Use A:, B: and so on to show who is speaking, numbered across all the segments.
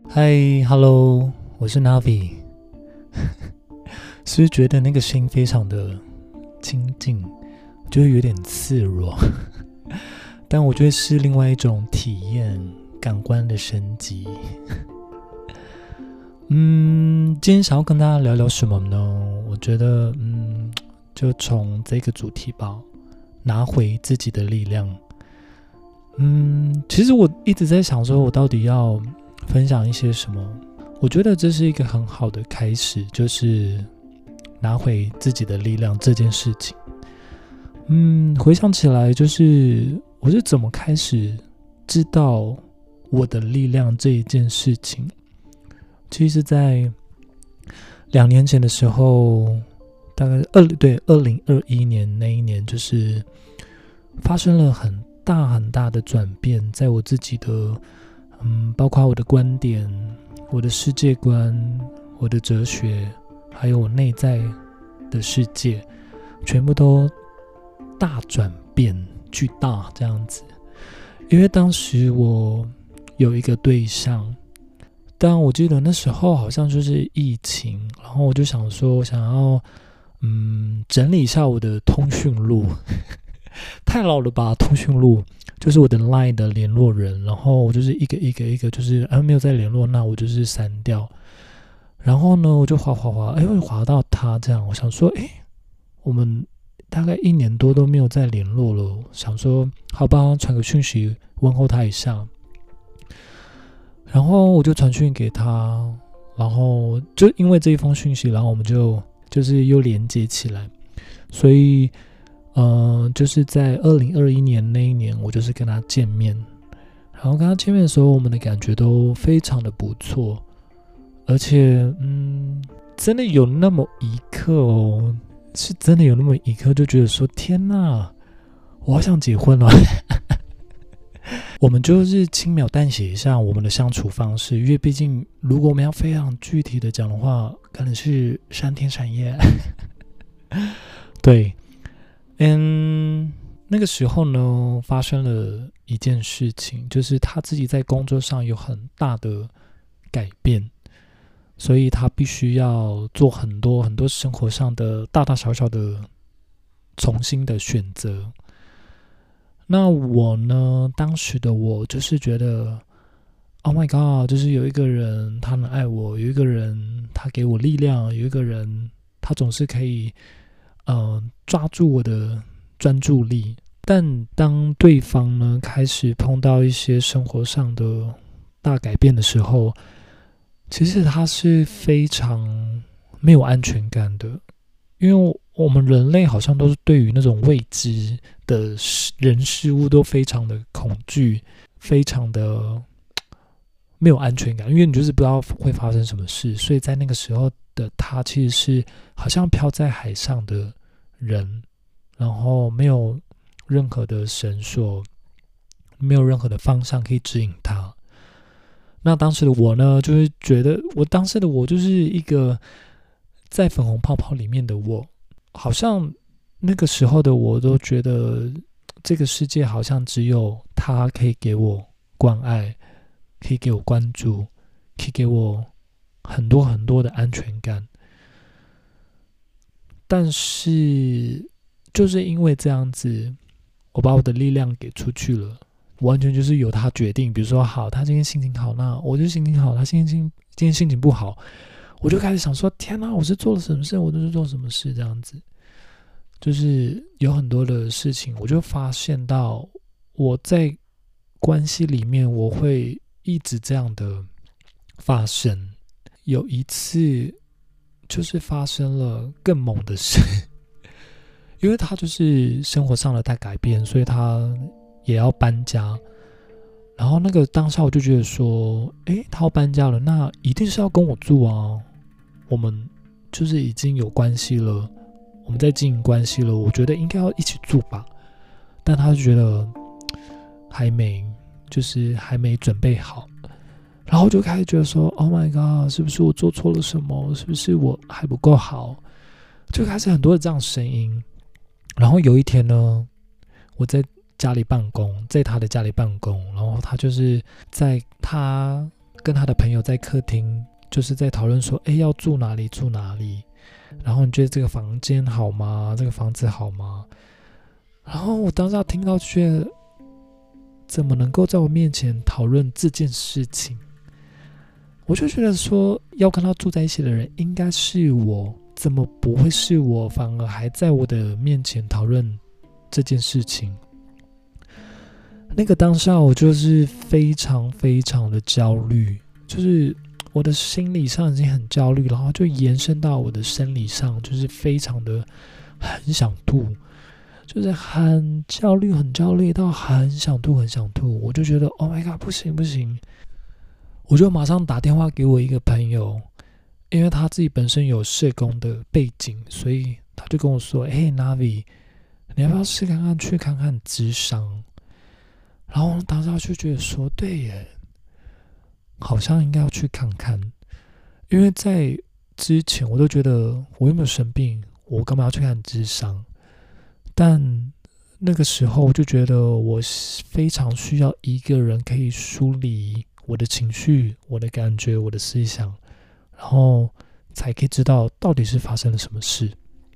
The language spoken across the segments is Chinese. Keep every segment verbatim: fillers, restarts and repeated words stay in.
A: 嗨，Hello，我是 Navi。是不是觉得那个声音非常的亲近，就有点刺耳？但我觉得是另外一种体验，感官的升级。嗯，今天想要跟大家聊聊什么呢？我觉得，嗯，就从这个主题吧，拿回自己的力量。嗯，其实我一直在想说，我到底要分享一些什么？我觉得这是一个很好的开始，就是拿回自己的力量这件事情。嗯，回想起来，就是我是怎么开始知道我的力量这一件事情。其实，在两年前的时候，大概二对二零二一年那一年，就是发生了很大很大的转变，在我自己的嗯，包括我的观点、我的世界观、我的哲学，还有我内在的世界，全部都大转变、巨大这样子。因为当时我有一个对象，但我记得那时候好像就是疫情，然后我就想说，我想要嗯整理一下我的通讯录。太老了吧，通讯录就是我的 LINE 的联络人，然后我就是一个一个一个，就是啊没有再联络，那我就是删掉。然后呢，我就滑滑滑，哎，我滑到他这样，我想说，哎，我们大概一年多都没有再联络了，想说好吧，传个讯息问候他一下。然后我就传讯给他，然后就因为这一封讯息，然后我们就就是又连接起来，所以。呃，就是在二零二一年那一年，我就是跟他见面，然后跟他见面的时候，我们的感觉都非常的不错，而且，嗯，真的有那么一刻哦，是真的有那么一刻，就觉得说，天哪，我好想结婚了。我们就是轻描淡写一下我们的相处方式，因为毕竟如果我们要非常具体的讲的话，可能是三天三夜。对。嗯，那个时候呢，发生了一件事情，就是他自己在工作上有很大的改变，所以他必须要做很多很多生活上的大大小小的重新的选择。那我呢，当时的我就是觉得 ，Oh my God， 就是有一个人他能爱我，有一个人他给我力量，有一个人他总是可以。呃，抓住我的专注力，但当对方呢开始碰到一些生活上的大改变的时候，其实他是非常没有安全感的，因为我们人类好像都是对于那种未知的人事物都非常的恐惧，非常的没有安全感，因为你就是不知道会发生什么事，所以在那个时候的他其实是好像飘在海上的人，然后没有任何的绳索，没有任何的方向可以指引他。那当时的我呢，就是觉得我当时的我就是一个在粉红泡泡里面的我，好像那个时候的我都觉得这个世界好像只有他可以给我关爱，可以给我关注，可以给我很多很多的安全感。但是就是因为这样子，我把我的力量给出去了，完全就是由他决定。比如说，好，他今天心情好，那我就心情好；他心情今天心情不好，我就开始想说：天哪，我是做了什么事？我都是做什么事？这样子，就是有很多的事情，我就发现到我在关系里面，我会一直这样的发生。有一次。就是发生了更猛的事，因为他就是生活上的大改变，所以他也要搬家。然后那个当下我就觉得说，诶，他要搬家了，那一定是要跟我住啊。我们就是已经有关系了，我们在经营关系了，我觉得应该要一起住吧。但他就觉得还没，就是还没准备好。然后就开始觉得说 ，Oh my God， 是不是我做错了什么？是不是我还不够好？就开始很多的这样声音。然后有一天呢，我在家里办公，在他的家里办公，然后他就是在他跟他的朋友在客厅，就是在讨论说，哎，要住哪里住哪里，然后你觉得这个房间好吗？这个房子好吗？然后我当时听到就觉得，怎么能够在我面前讨论这件事情？我就觉得说，要跟他住在一起的人应该是我，怎么不会是我？反而还在我的面前讨论这件事情。那个当下，我就是非常非常的焦虑，就是我的心理上已经很焦虑，然后就延伸到我的生理上，就是非常的很想吐。就是很焦虑很焦虑到很想吐很想吐，我就觉得 Oh my god 不行不行，我就马上打电话给我一个朋友，因为他自己本身有社工的背景，所以他就跟我说，嘿 Navi 你要不要试看看去看看諮商？然后当时就觉得说，对耶，好像应该要去看看，因为在之前我都觉得我有没有生病，我干嘛要去看諮商？但那个时候我就觉得我非常需要一个人可以梳理我的情绪、我的感觉、我的思想，然后才可以知道到底是发生了什么事。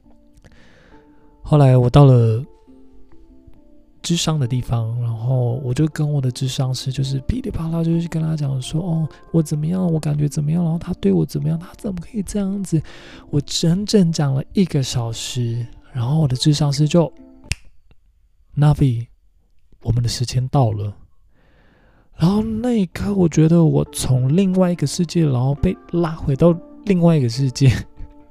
A: 后来我到了諮商的地方，然后我就跟我的諮商师就是噼里啪啦就是跟他讲说，哦，我怎么样，我感觉怎么样，然后他对我怎么样，他怎么可以这样子？我整整讲了一个小时。然后我的諮商师就 Navi 我们的时间到了。然后那一刻我觉得我从另外一个世界，然后被拉回到另外一个世界，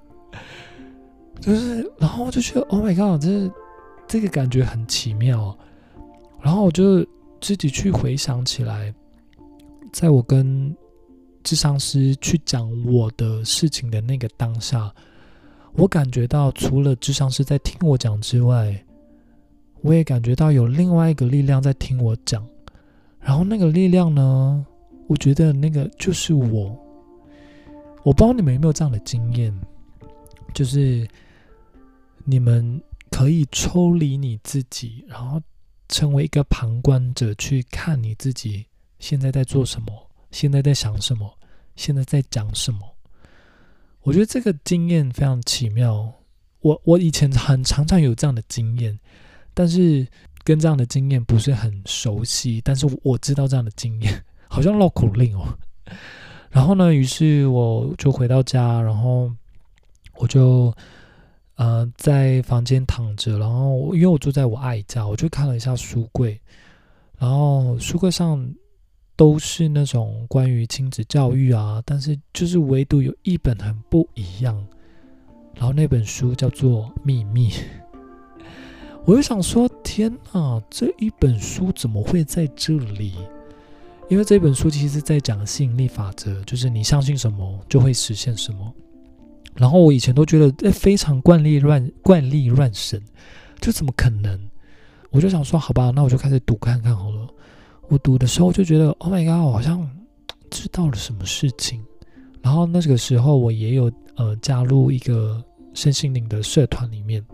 A: 就是然后我就觉得 Oh my god 这这个感觉很奇妙。然后我就自己去回想起来，在我跟諮商师去讲我的事情的那个当下，我感觉到除了諮商师在听我讲之外，我也感觉到有另外一个力量在听我讲。然后那个力量呢，我觉得那个就是我。我不知道你们有没有这样的经验，就是你们可以抽离你自己，然后成为一个旁观者去看你自己现在在做什么，现在在想什么，现在在讲什么。我觉得这个经验非常奇妙，我我以前很常常有这样的经验，但是跟这样的经验不是很熟悉，但是我知道这样的经验，好像绕口令哦。然后呢，于是我就回到家，然后我就呃在房间躺着，然后因为我住在我阿姨家，我就看了一下书柜，然后书柜上都是那种关于亲子教育啊，但是就是唯独有一本很不一样，然后那本书叫做《秘密》。我就想说，天哪，这一本书怎么会在这里？因为这本书其实在讲吸引力法则，就是你相信什么就会实现什么。然后我以前都觉得非常惯例乱惯例乱神，就怎么可能？我就想说，好吧，那我就开始读看看好了。我读的时候就觉得 Oh my god 我好像知道了什么事情。然后那个时候我也有呃加入一个身心灵的社团里面，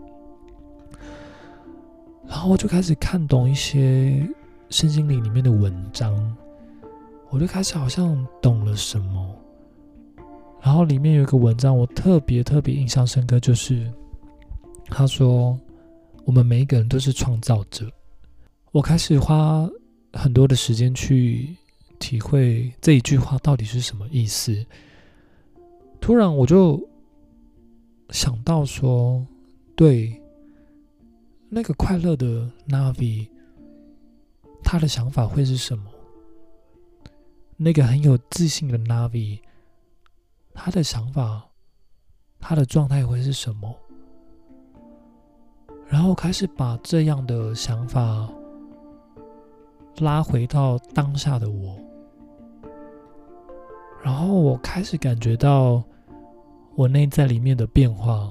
A: 然后我就开始看懂一些身心灵里面的文章，我就开始好像懂了什么。然后里面有一个文章我特别特别印象深刻，就是他说我们每一个人都是创造者。我开始花很多的时间去体会这一句话到底是什么意思。突然我就想到说，对，那个快乐的 Navi 他的想法会是什么？那个很有自信的 Navi 他的想法，他的状态会是什么？然后开始把这样的想法拉回到当下的我，然后我开始感觉到我内在里面的变化。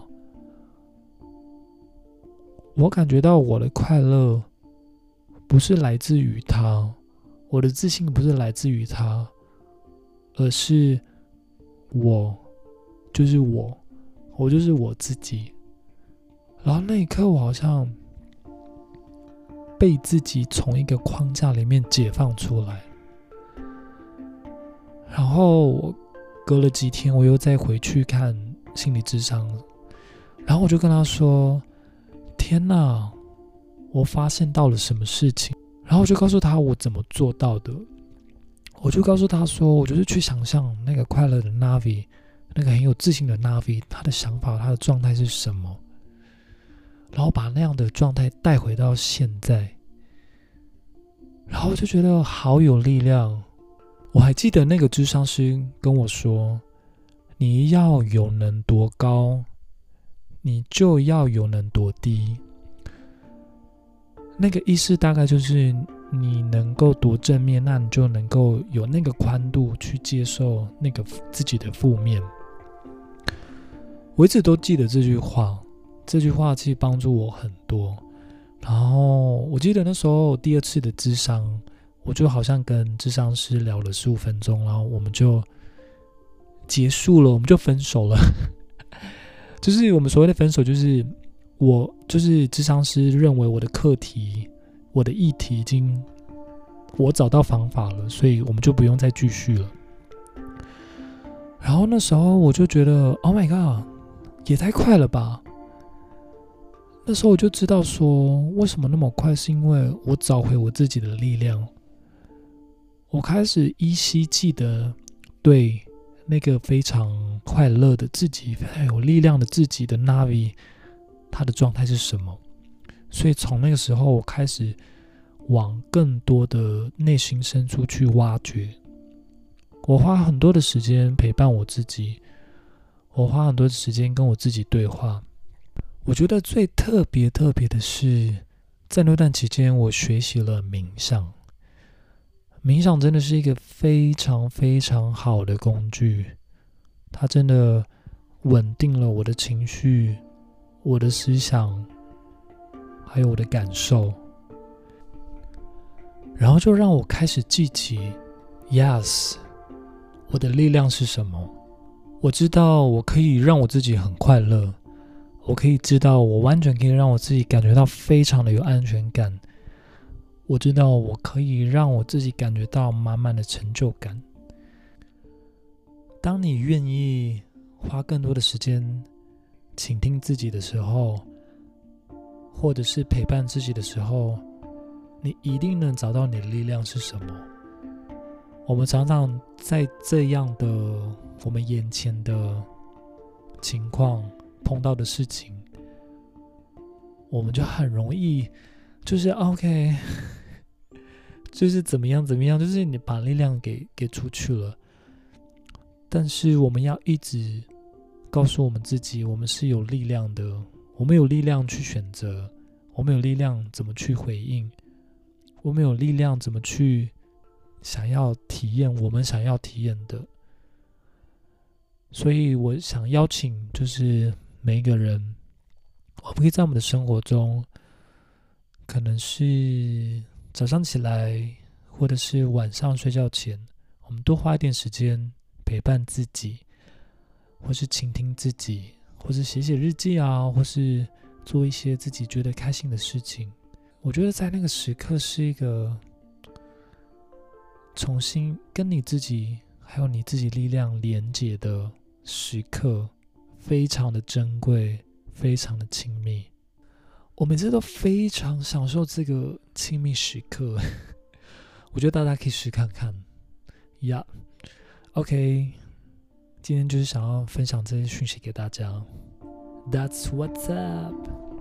A: 我感觉到我的快乐不是来自于他，我的自信不是来自于他，而是我就是我，我就是我自己。然后那一刻我好像被自己从一个框架里面解放出来， 然后我隔了几天，我又再回去看心理咨商，然后我就跟他说：“天哪，我发现到了什么事情。”然后我就告诉他我怎么做到的。我就告诉他说，我就是去想象那个快乐的 Navi， 那个很有自信的 Navi， 他的想法，他的状态是什么，然后把那样的状态带回到现在，然后就觉得好有力量。我还记得那个咨商师跟我说，你要有能多高，你就要有能多低。那个意思大概就是你能够多正面，那你就能够有那个宽度去接受那个自己的负面。我一直都记得这句话，这句话其实帮助我很多。然后我记得那时候第二次的咨商，我就好像跟咨商师聊了十五分钟，然后我们就结束了，我们就分手了。就是我们所谓的分手，就是我就是咨商师认为我的课题，我的议题已经我找到方法了，所以我们就不用再继续了。然后那时候我就觉得 Oh my god， 也太快了吧。那时候我就知道说为什么那么快，是因为我找回我自己的力量。我开始依稀记得对那个非常快乐的自己，非常有力量的自己的 Navi， 他的状态是什么。所以从那个时候我开始往更多的内心深处去挖掘。我花很多的时间陪伴我自己，我花很多的时间跟我自己对话。我觉得最特别特别的是，在那段期间我学习了冥想。冥想真的是一个非常非常好的工具，它真的稳定了我的情绪，我的思想，还有我的感受。然后就让我开始记起 Yes， 我的力量是什么。我知道我可以让我自己很快乐，我可以知道我完全可以让我自己感觉到非常的有安全感，我知道我可以让我自己感觉到满满的成就感。当你愿意花更多的时间倾听自己的时候，或者是陪伴自己的时候，你一定能找到你的力量是什么。我们常常在这样的我们眼前的情况碰到的事情，我们就很容易就是 OK， 就是怎么样怎么样，就是你把力量给给出去了。但是我们要一直告诉我们自己，我们是有力量的，我们有力量去选择，我们有力量怎么去回应，我们有力量怎么去想要体验我们想要体验的。所以我想邀请就是每一个人，我们可以在我们的生活中，可能是早上起来，或者是晚上睡觉前，我们多花一点时间陪伴自己，或是倾听自己，或是写写日记啊，或是做一些自己觉得开心的事情。我觉得在那个时刻是一个重新跟你自己还有你自己力量连结的时刻，非常的珍贵，非常的亲密。我每次都非常享受这个亲密时刻。我觉得大家可以试看看呀。Yeah. OK， 今天就是想要分享这些讯息给大家。That's what's up。